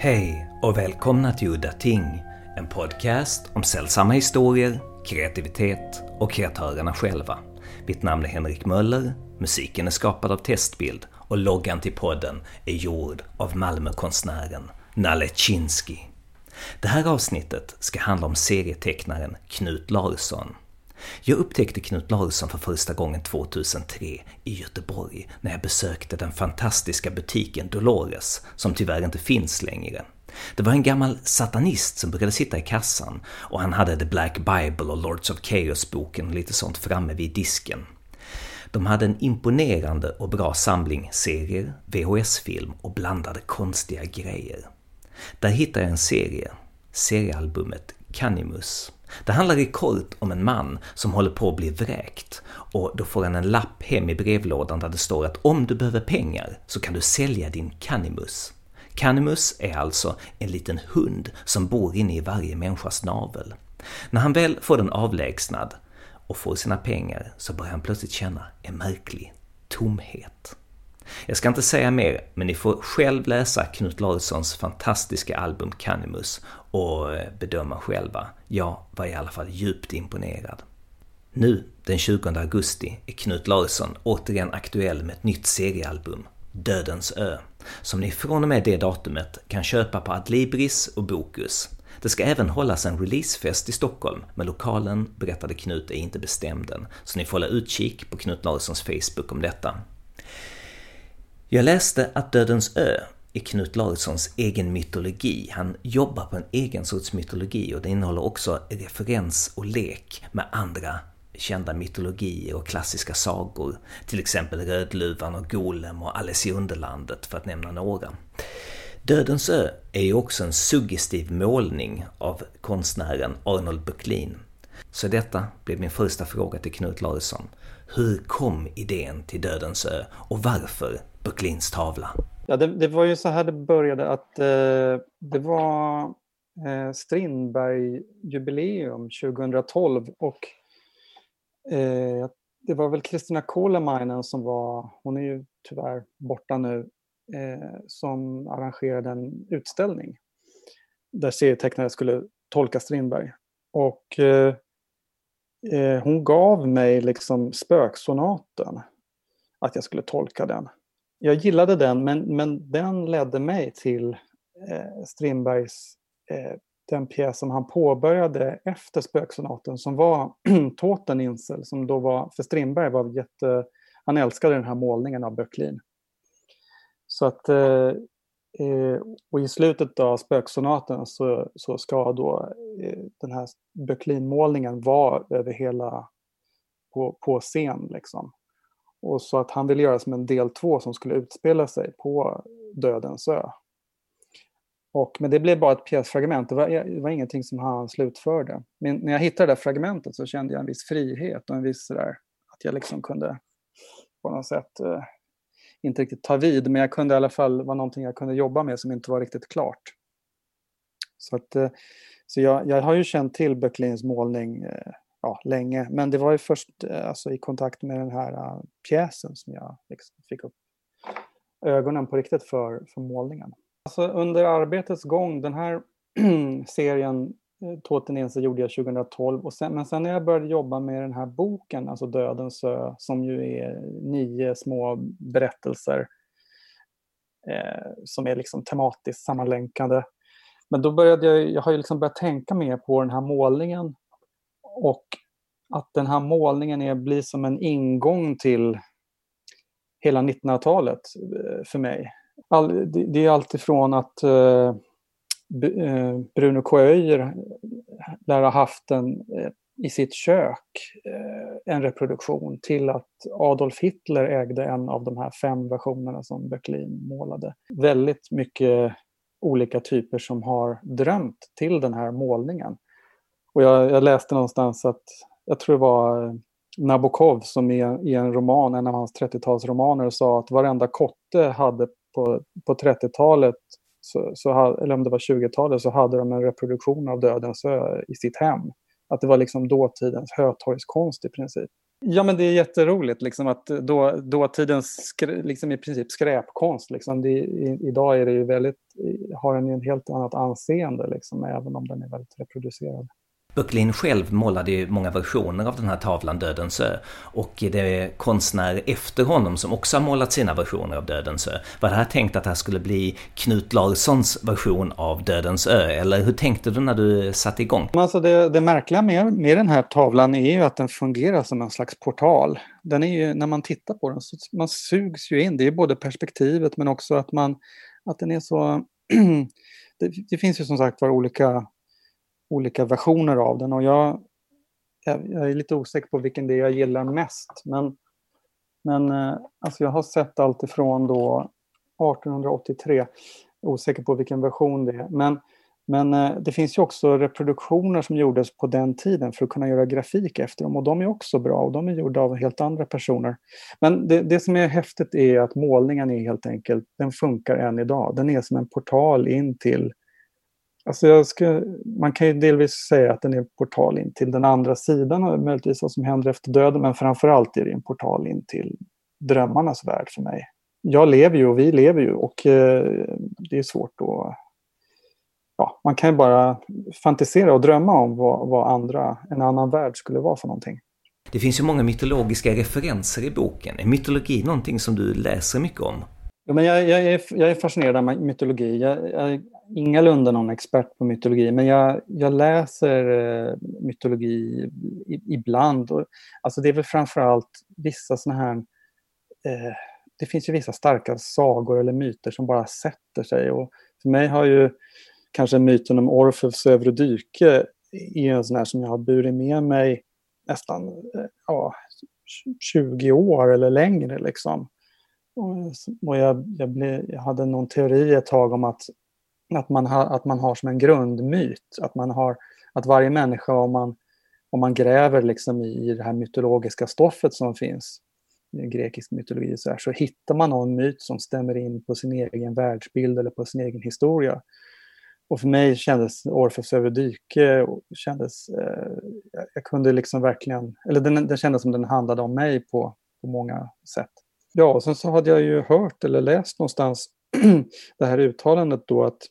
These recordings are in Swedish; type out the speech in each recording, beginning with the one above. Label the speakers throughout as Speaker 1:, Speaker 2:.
Speaker 1: Hej och välkomna till Udda Ting, en podcast om sällsamma historier, kreativitet och kreatörerna själva. Mitt namn är Henrik Möller, musiken är skapad av Testbild och loggan till podden är gjord av Malmökonstnären Nalle Chinsky. Det här avsnittet ska handla om serietecknaren Knut Larsson. Jag upptäckte Knut Larsson för första gången 2003 i Göteborg när jag besökte den fantastiska butiken Dolores, som tyvärr inte finns längre. Det var en gammal satanist som brukade sitta i kassan och han hade The Black Bible och Lords of Chaos-boken och lite sånt framme vid disken. De hade en imponerande och bra samling serier, VHS-film och blandade konstiga grejer. Där hittade jag en seriealbumet Canimus. Det handlar i kort om en man som håller på att bli vräkt och då får han en lapp hem i brevlådan där det står att om du behöver pengar så kan du sälja din Canimus. Canimus är alltså en liten hund som bor inne i varje människas navel. När han väl får den avlägsnad och får sina pengar så börjar han plötsligt känna en märklig tomhet. Jag ska inte säga mer, men ni får själv läsa Knut Larssons fantastiska album Canimus och bedöma själva. Jag var i alla fall djupt imponerad. Nu, den 20 augusti, är Knut Larsson återigen aktuell med ett nytt seriealbum, Dödens ö, som ni från och med det datumet kan köpa på Adlibris och Bokus. Det ska även hållas en releasefest i Stockholm, men lokalen, berättade Knut, är inte bestämd än, så ni får hålla utkik på Knut Larssons Facebook om detta. Jag läste att Dödens ö är Knut Larssons egen mytologi. Han jobbar på en egen sorts mytologi och det innehåller också referens och lek med andra kända mytologier och klassiska sagor. Till exempel Rödluvan och Golem och Alice i Underlandet, för att nämna några. Dödens ö är ju också en suggestiv målning av konstnären Arnold Böcklin. Så detta blev min första fråga till Knut Larsson. Hur kom idén till Dödens ö och varför Böcklins tavla?
Speaker 2: Ja, det var ju så här det började, att det var Strindberg-jubileum 2012 och det var väl Kristina Kolemainen som var, hon är ju tyvärr borta nu, som arrangerade en utställning där serietecknare skulle tolka Strindberg. Och hon gav mig liksom Spöksonaten, att jag skulle tolka den. Jag gillade den, men den ledde mig till Strindbergs, den pjäs som han påbörjade efter Spöksonaten, som var Toteninsel, som då var, för Strindberg var han älskade den här målningen av Böcklin. Så att, och i slutet av Spöksonaten så ska då den här Böcklin-målningen vara över hela på scen liksom. Och så att han ville göra som en del 2 som skulle utspela sig på Dödens ö. Men det blev bara ett pjäsfragment. Det var ingenting som han slutförde. Men när jag hittade det där fragmentet så kände jag en viss frihet och en viss sådär, att jag liksom kunde på något sätt inte riktigt ta vid. Men jag kunde i alla fall vara någonting jag kunde jobba med som inte var riktigt klart. Så jag har ju känt till Böcklins målning länge. Men det var ju först i kontakt med den här pjäsen som jag liksom fick upp ögonen på riktigt för målningen. Alltså under arbetets gång, den här serien Toteninsel gjorde jag 2012. Men sen när jag började jobba med den här boken, alltså Dödens ö, som ju är 9 små berättelser som är liksom tematiskt sammanlänkade. Men då började jag har ju liksom börjat tänka mer på den här målningen. Och att den här målningen blir som en ingång till hela 1900-talet för mig. Det är alltifrån att Bruno K-Öijer lär ha haft i sitt kök en reproduktion, till att Adolf Hitler ägde en av de här 5 versionerna som Böcklin målade. Väldigt mycket olika typer som har drömt till den här målningen. Och jag läste någonstans att, jag tror det var Nabokov som i en roman, en av hans 30-talsromaner, sa att varenda kotte hade på 30-talet, eller om det var 20-talet, så hade de en reproduktion av Dödens ö i sitt hem. Att det var liksom dåtidens Hötorgskonst i princip. Ja, men det är jätteroligt liksom, att dåtidens liksom, i princip skräpkonst. Liksom, idag är det ju har den ju en helt annat anseende, liksom, även om den är väldigt reproducerad.
Speaker 1: Böcklin själv målade ju många versioner av den här tavlan Dödens ö, och det är konstnärer efter honom som också har målat sina versioner av Dödens ö. Var det här tänkt att det här skulle bli Knut Larssons version av Dödens ö, eller hur tänkte du när du satte igång?
Speaker 2: Alltså det märkliga med den här tavlan är ju att den fungerar som en slags portal. Den är ju, när man tittar på den så man sugs ju in. Det är både perspektivet men också att den är så... det finns ju som sagt var olika versioner av den, och jag är lite osäker på vilken det är jag gillar mest. Men alltså jag har sett allt ifrån då 1883, osäker på vilken version det är. Men det finns ju också reproduktioner som gjordes på den tiden för att kunna göra grafik efter dem, och de är också bra, och de är gjorda av helt andra personer. Men det som är häftigt är att målningen är helt enkelt, den funkar än idag. Den är som en portal in till... Alltså man kan ju delvis säga att den är en portal in till den andra sidan, möjligtvis vad som händer efter döden, men framförallt är det en portal in till drömmarnas värld för mig. Jag lever ju och vi lever ju, och det är svårt att... Ja, man kan ju bara fantisera och drömma om vad en annan värld skulle vara för någonting.
Speaker 1: Det finns ju många mytologiska referenser i boken. Är mytologi någonting som du läser mycket om?
Speaker 2: Ja, men jag är fascinerad av mytologi. Jag är ingalunda någon expert på mytologi, men jag läser mytologi ibland. Alltså det är väl framförallt vissa såna här... det finns ju vissa starka sagor eller myter som bara sätter sig. Och för mig har ju kanske myten om Orfeus och Eurydyke är en sån här som jag har burit med mig nästan 20 år eller längre liksom. Och jag hade någon teori ett tag om att man har som en grundmyt, att varje människa, om man gräver liksom i det här mytologiska stoffet som finns i grekisk mytologi så hittar man någon myt som stämmer in på sin egen världsbild eller på sin egen historia. Och för mig kändes Orfeus och Eurydyke, jag kunde liksom verkligen, eller den kändes som den handlade om mig på många sätt. Ja, och sen så hade jag ju hört eller läst någonstans det här uttalandet då att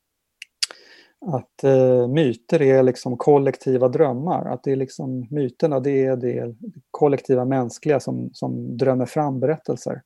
Speaker 2: myter är liksom kollektiva drömmar. Att det är liksom myterna, det är det kollektiva mänskliga som drömmer fram berättelser.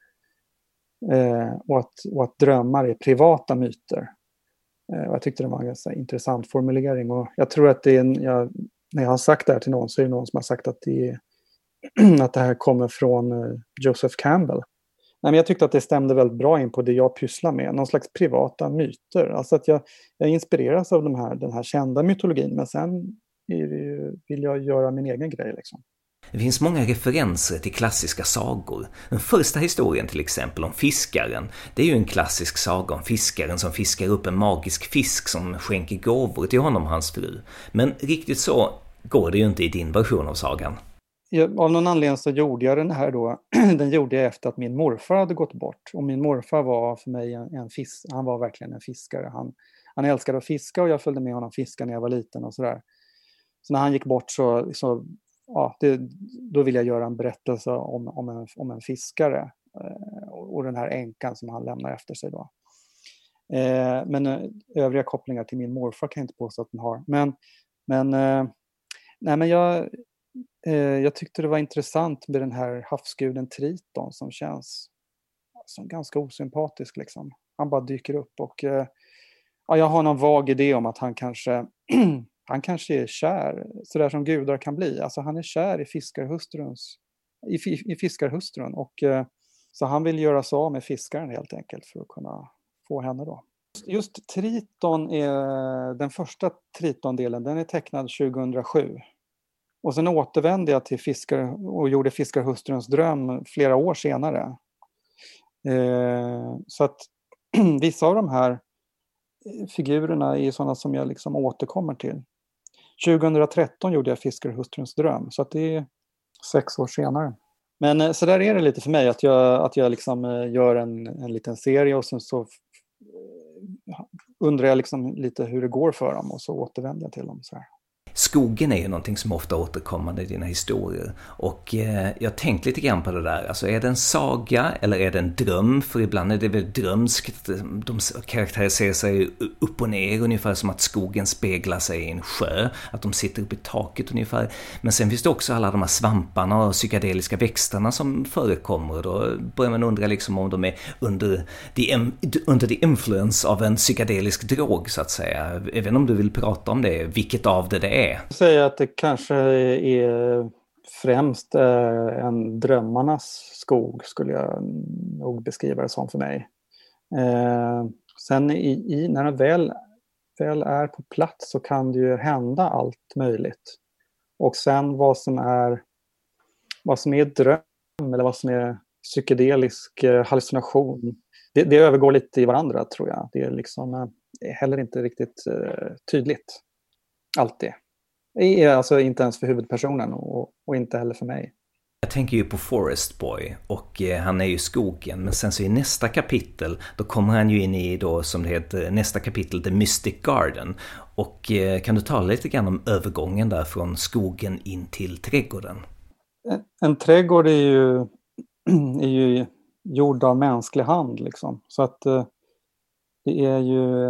Speaker 2: Och att drömmar är privata myter. Och jag tyckte det var en ganska intressant formulering. Och jag tror att när jag har sagt det här till någon så är det någon som har sagt att att det här kommer från Joseph Campbell. Nej, men jag tyckte att det stämde väldigt bra in på det jag pysslar med. Någon slags privata myter. Alltså att jag inspireras av den här kända mytologin. Men sen vill jag göra min egen grej liksom.
Speaker 1: Det finns många referenser till klassiska sagor. Den första historien till exempel om fiskaren, det är ju en klassisk saga om fiskaren som fiskar upp en magisk fisk som skänker gåvor till honom och hans fru. Men riktigt så går det ju inte i din version av sagan.
Speaker 2: Av någon anledning så gjorde jag den här då. Den gjorde jag efter att min morfar hade gått bort. Och min morfar var för mig han var verkligen en fiskare. Han älskade att fiska och jag följde med honom fiska när jag var liten och sådär. Så när han gick bort då ville jag göra en berättelse om en fiskare och den här änkan som han lämnar efter sig då. Men övriga kopplingar till min morfar kan jag inte påstå att den har. Men jag tyckte det var intressant med den här havsguden Triton som känns som ganska osympatisk liksom. Han bara dyker upp och jag har någon vag idé om att han kanske är kär, sådär som gudar kan bli. Alltså han är kär i fiskarhustrun och så han vill göra sig av med fiskaren helt enkelt för att kunna få henne då. Just Triton är den första Triton-delen, den är tecknad 2007. Och sen återvände jag till och gjorde fiskarhustruns dröm flera år senare. Så att vissa av de här figurerna är sådana som jag liksom återkommer till. 2013 gjorde jag fiskarhustruns dröm, så att det är 6 år senare. Men så där är det lite för mig, att jag liksom gör en liten serie och sen så undrar jag liksom lite hur det går för dem och så återvänder jag till dem så här.
Speaker 1: Skogen är ju någonting som ofta återkommer i dina historier. Och jag tänkte lite grann på det där. Alltså är det en saga eller är det en dröm? För ibland är det väl drömskt. De karaktäriserar sig upp och ner ungefär som att skogen speglar sig i en sjö. Att de sitter uppe i taket ungefär. Men sen finns det också alla de här svamparna och psykedeliska växterna som förekommer. Och då börjar man undra liksom om de är under the influence av en psykedelisk drog så att säga. Även om du vill prata om det, vilket av det är.
Speaker 2: Jag säger att det kanske är främst en drömmarnas skog skulle jag nog beskriva det som för mig. Sen när den väl är på plats så kan det ju hända allt möjligt. Och sen vad som är dröm eller vad som är psykedelisk hallucination, det övergår lite i varandra tror jag. Det är liksom heller inte riktigt tydligt alltid. Alltså inte ens för huvudpersonen och inte heller för mig.
Speaker 1: Jag tänker ju på Forest Boy och han är ju skogen, men sen så i nästa kapitel då kommer han ju in i då som det heter nästa kapitel The Mystic Garden och kan du tala lite grann om övergången där från skogen in till trädgården?
Speaker 2: En trädgård är ju gjord av mänsklig hand liksom, så att det är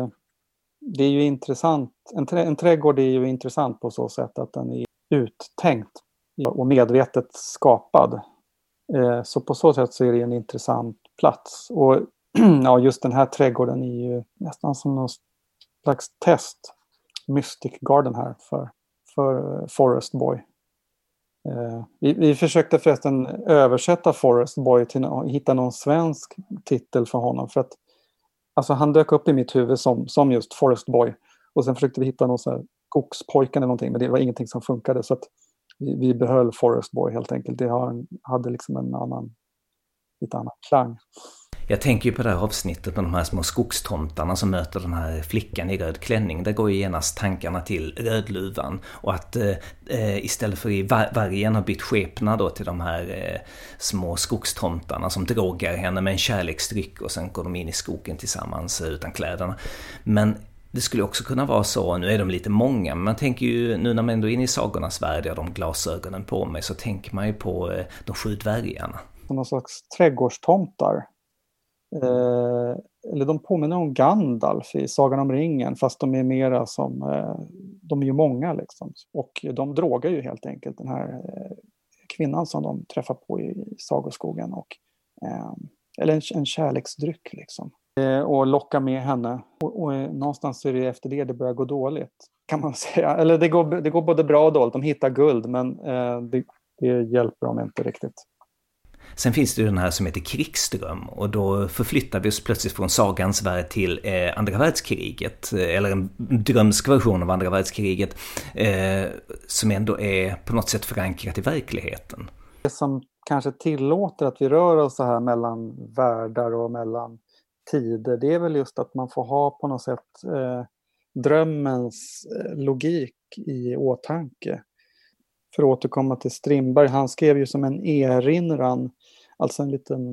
Speaker 2: ju intressant. En trädgård är ju intressant på så sätt att den är uttänkt och medvetet skapad. Så på så sätt så är det en intressant plats. Och ja, just den här trädgården är ju nästan som någon slags test. Mystic Garden här för Forest Boy. Vi försökte förresten översätta Forest Boy till att hitta någon svensk titel för honom. För att alltså, han dök upp i mitt huvud som just Forest Boy. Och sen försökte vi hitta någon så här skogspojken eller någonting. Men det var ingenting som funkade. Så att vi behöll Forest Boy helt enkelt. Det hade liksom lite annan klang.
Speaker 1: Jag tänker ju på det här avsnittet med de här små skogstomtarna som möter den här flickan i röd klänning. Där går ju genast tankarna till Rödluvan. Och att istället för i vargen har bytt skepnad då till de här små skogstomtarna som drogar henne med en kärleksdryck. Och sen går de in i skogen tillsammans utan kläderna. Men det skulle också kunna vara så, nu är de lite många, men man tänker ju nu när man ändå är inne i sagornas värld, jag har de glasögonen på mig, så tänker man ju på de 7 dvärgarna.
Speaker 2: Någon slags trädgårdstomtar. Eller de påminner om Gandalf i Sagan om ringen, fast de är mera som, de är ju många liksom. Och de drogar ju helt enkelt den här kvinnan som de träffar på i sagoskogen. Eller en kärleksdryck liksom. Och locka med henne. Och någonstans är det efter det börjar gå dåligt, kan man säga. Eller det går både bra och dåligt. De hittar guld, men det hjälper dem inte riktigt.
Speaker 1: Sen finns det ju den här som heter Krigsdröm och då förflyttar vi oss plötsligt från sagans värld till andra världskriget, eller en drömsk version av andra världskriget som ändå är på något sätt förankrat i verkligheten.
Speaker 2: Det som kanske tillåter att vi rör oss så här mellan världar och mellan tider, det är väl just att man får ha på något sätt drömmens logik i åtanke. För att återkomma till Strindberg, han skrev ju som en erinran, alltså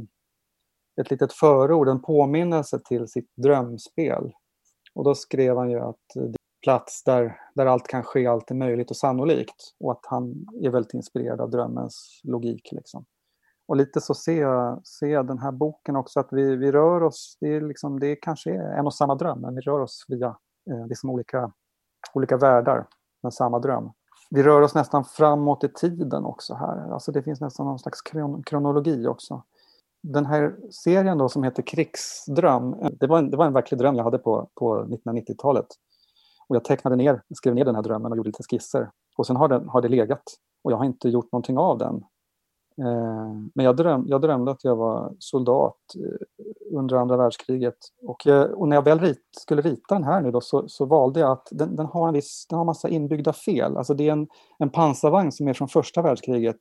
Speaker 2: ett litet förord, en påminnelse till sitt drömspel. Och då skrev han ju att det är en plats där allt kan ske, allt är möjligt och sannolikt. Och att han är väldigt inspirerad av drömmens logik liksom. Och lite så ser jag den här boken också, att vi rör oss, det kanske är en och samma dröm, men vi rör oss via liksom olika världar med samma dröm. Vi rör oss nästan framåt i tiden också här, alltså det finns nästan någon slags kronologi också. Den här serien då som heter Krigsdröm, det var en verklig dröm jag hade på 1990-talet. Och jag skrev ner den här drömmen och gjorde lite skisser. Och sen har det legat och jag har inte gjort någonting av den. Men jag drömde att jag var soldat under andra världskriget. Och när jag väl skulle rita den här nu då, så valde jag att den har massa inbyggda fel. Alltså det är en pansarvagn som är från första världskriget.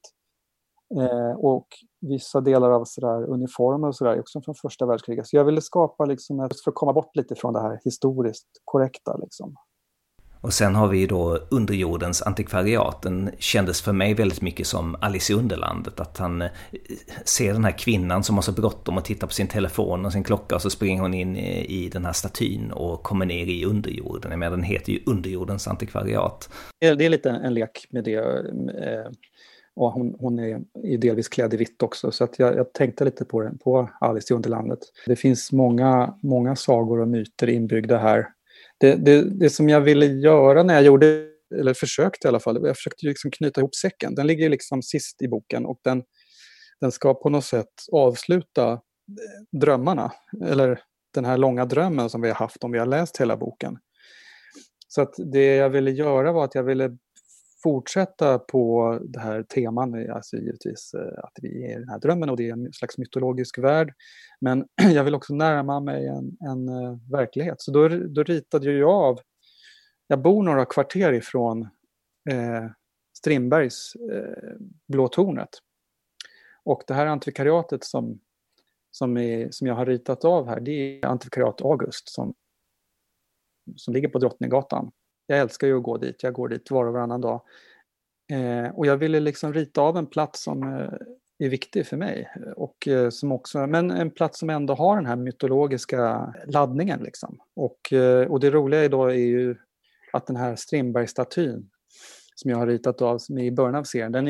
Speaker 2: Och vissa delar av sådär uniformer och sådär är också från första världskriget. Så jag ville skapa liksom för att komma bort lite från det här historiskt korrekta liksom.
Speaker 1: Och sen har vi då Underjordens antikvariat. Den kändes för mig väldigt mycket som Alice i Underlandet. Att han ser den här kvinnan som har så bråttom och tittar på sin telefon och sin klocka, och så springer hon in i den här statyn och kommer ner i underjorden. Jag menar, den heter ju Underjordens antikvariat.
Speaker 2: Det är lite en lek med det. Och hon är delvis klädd i vitt också, så att jag tänkte lite på Alice i Underlandet. Det finns många sagor och myter inbyggda här. Det som jag ville göra när jag gjorde, eller försökte i alla fall, jag försökte liksom knyta ihop säcken. Den ligger liksom sist i boken, och den ska på något sätt avsluta drömmarna, eller den här långa drömmen som vi har haft om vi har läst hela boken. Så att det jag ville göra var att jag ville fortsätta på det här teman, alltså givetvis att vi är i den här drömmen och det är en slags mytologisk värld. Men jag vill också närma mig en verklighet. Så då ritade jag bor några kvarter ifrån Strindbergs Blå tornet. Och det här antikvariatet som jag har ritat av här, det är antikvariat August som ligger på Drottninggatan. Jag älskar ju att gå dit. Jag går dit var och varannan dag. Och jag ville liksom rita av en plats som är viktig för mig. Och som också, men en plats som ändå har den här mytologiska laddningen. Liksom. Och det roliga idag är ju att den här Strindberg-statyn som jag har ritat av, som är i början av serien, den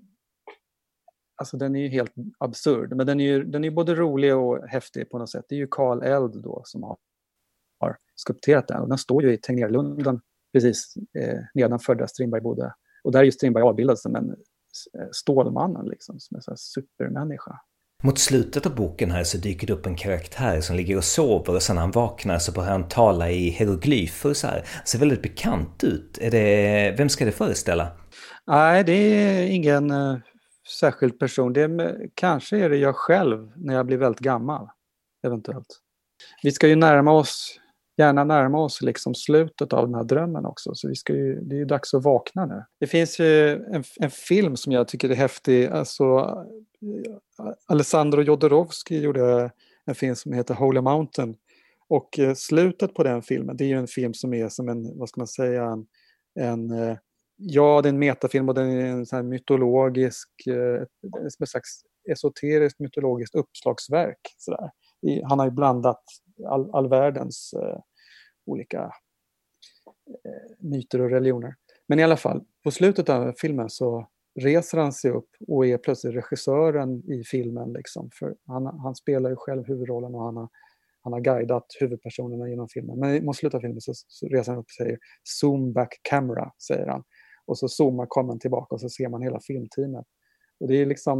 Speaker 2: är ju helt absurd. Men den är både rolig och häftig på något sätt. Det är ju Karl Eld då som har skulpterat den. Och den står ju i Tegnérlunden precis nedanför där Strindberg bodde. Och där är ju Strindberg avbildad som en Stålmannen liksom, som en sån här supermänniska.
Speaker 1: Mot slutet av boken här så dyker det upp en karaktär som ligger och sover, och sen när han vaknar så börjar han tala i hieroglyfer så här. Det ser väldigt bekant ut. Vem ska det föreställa? Nej,
Speaker 2: det är ingen särskild person. Kanske är det jag själv när jag blir väldigt gammal, eventuellt. Vi ska ju gärna närma oss liksom slutet av den här drömmen också. Så det är ju dags att vakna nu. Det finns ju en film som jag tycker är häftig. Alltså, Alessandro Jodorowsky gjorde en film som heter Holy Mountain. Och slutet på den filmen, det är ju en film som är som en, vad ska man säga, det är en metafilm, och den är en sån här mytologisk, en slags esoteriskt mytologiskt uppslagsverk. Sådär. Han har ju blandat all världens olika myter och religioner. Men i alla fall, på slutet av filmen så reser han sig upp och är plötsligt regissören i filmen. Liksom, för han spelar ju själv huvudrollen, och han har guidat huvudpersonerna genom filmen. Men mot slutet av filmen så reser han upp och säger "Zoom back camera", säger han. Och så zoomar kameran tillbaka och så ser man hela filmteamet. Och det är liksom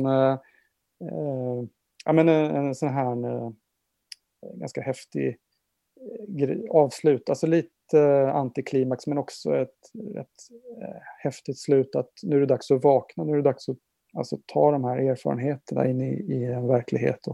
Speaker 2: en sån här ganska häftig avslut, alltså lite antiklimax, men också ett häftigt slut, att nu är det dags att vakna, nu är det dags att alltså ta de här erfarenheterna in i en verklighet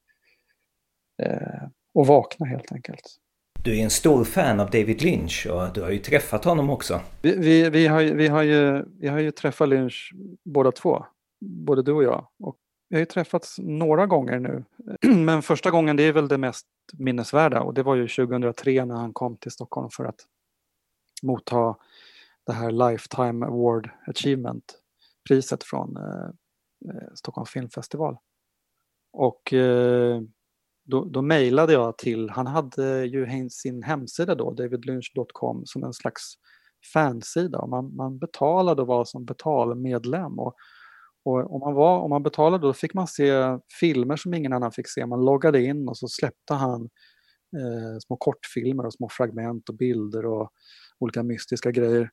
Speaker 2: och vakna helt enkelt.
Speaker 1: Du är en stor fan av David Lynch, och du har ju träffat honom också.
Speaker 2: Vi har ju träffat Lynch båda två, både du och jag, och vi har ju träffats några gånger nu. Men första gången, det är väl det mest minnesvärda. Och det var ju 2003 när han kom till Stockholm för att motta det här Lifetime Award Achievement-priset från Stockholms filmfestival. Och då mejlade jag till, han hade ju sin hemsida då, davidlynch.com, som en slags fansida. Och man betalade och var som betalmedlem. Och om man betalade då fick man se filmer som ingen annan fick se. Man loggade in och så släppte han små kortfilmer och små fragment och bilder och olika mystiska grejer.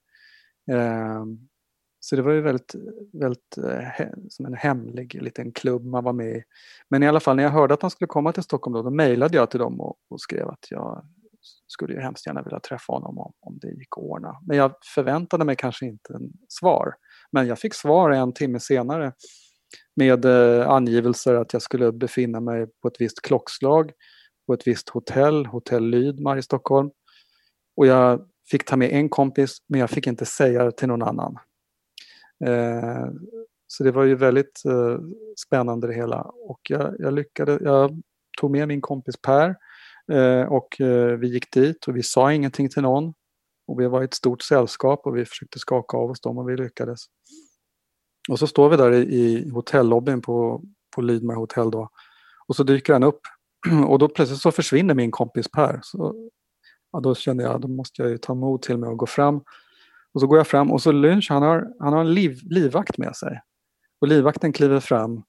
Speaker 2: Så det var ju väldigt, väldigt som en hemlig liten klubb man var med i. Men i alla fall när jag hörde att han skulle komma till Stockholm då mejlade jag till dem och skrev att jag skulle ju hemskt gärna vilja träffa honom om det gick att ordna. Men jag förväntade mig kanske inte en svar. Men jag fick svar 1 timme senare med angivelser att jag skulle befinna mig på ett visst klockslag på ett visst hotell Lydmar i Stockholm. Och jag fick ta med en kompis, men jag fick inte säga det till någon annan. Så det var ju väldigt spännande det hela. Och jag tog med min kompis Per och vi gick dit och vi sa ingenting till någon. Och vi var i ett stort sällskap och vi försökte skaka av oss dem och vi lyckades. Och så står vi där i hotellobbyn på Lydmar hotell då. Och så dyker han upp. Och då plötsligt så försvinner min kompis Per. Så, ja, då kände jag, då måste jag ju ta mod till mig och gå fram. Och så går jag fram och så Lynch, han har en livvakt med sig. Och livvakten kliver fram.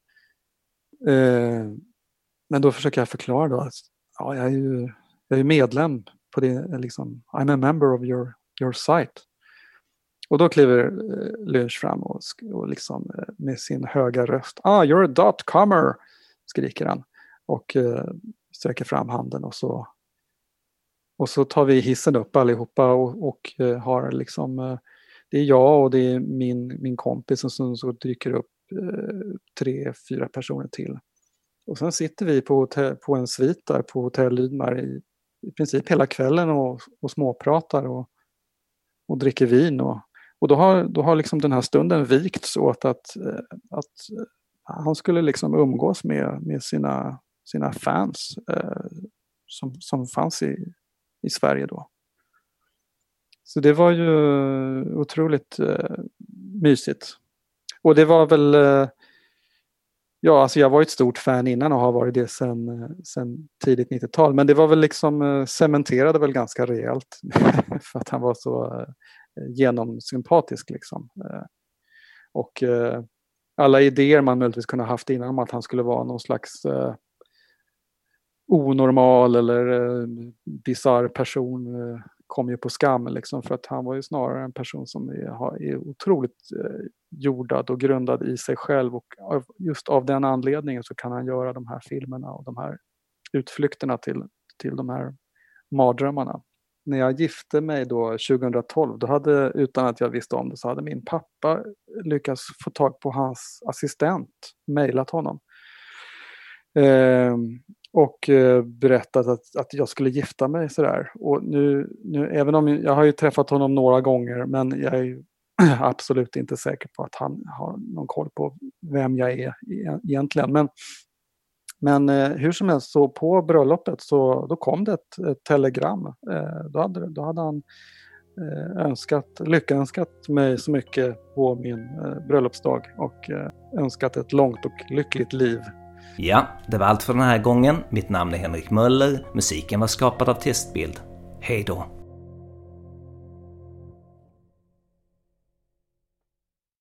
Speaker 2: Men då försöker jag förklara då att ja, jag är medlem på det, liksom, I'm a member of your site. Och då kliver Lynch fram och liksom, med sin höga röst, you're a dot-comer, skriker han. Och sträcker fram handen och så tar vi hissen upp allihopa och har liksom, det är jag och det är min kompis och så dyker upp 3-4 personer till. Och sen sitter vi på en svit där på Hotell Lydmar i princip hela kvällen och småpratar och dricker vin. Och då har liksom den här stunden vikts åt att han skulle liksom umgås med sina fans som fanns i Sverige då. Så det var ju otroligt mysigt. Och det var väl... alltså jag var ett stort fan innan och har varit det sen tidigt 90-tal. Men det var väl liksom cementerade väl ganska rejält. För att han var så genomsympatisk liksom. Och alla idéer man möjligtvis kunde ha haft innan om att han skulle vara någon slags onormal eller bizarr person kom ju på skam liksom, för att han var ju snarare en person som är otroligt jordad och grundad i sig själv, och just av den anledningen så kan han göra de här filmerna och de här utflykterna till de här mardrömmarna. När jag gifte mig då 2012, då hade, utan att jag visste om det, så hade min pappa lyckats få tag på hans assistent, mejlat honom. Och berättat att jag skulle gifta mig sådär. Och nu, även om jag har ju träffat honom några gånger, men jag är absolut inte säker på att han har någon koll på vem jag är egentligen. Men hur som helst, så på bröllopet då kom det ett telegram. Då hade han lyckönskat mig så mycket på min bröllopsdag och önskat ett långt och lyckligt liv.
Speaker 1: Ja, det var allt för den här gången. Mitt namn är Henrik Möller. Musiken var skapad av Testbild. Hej då!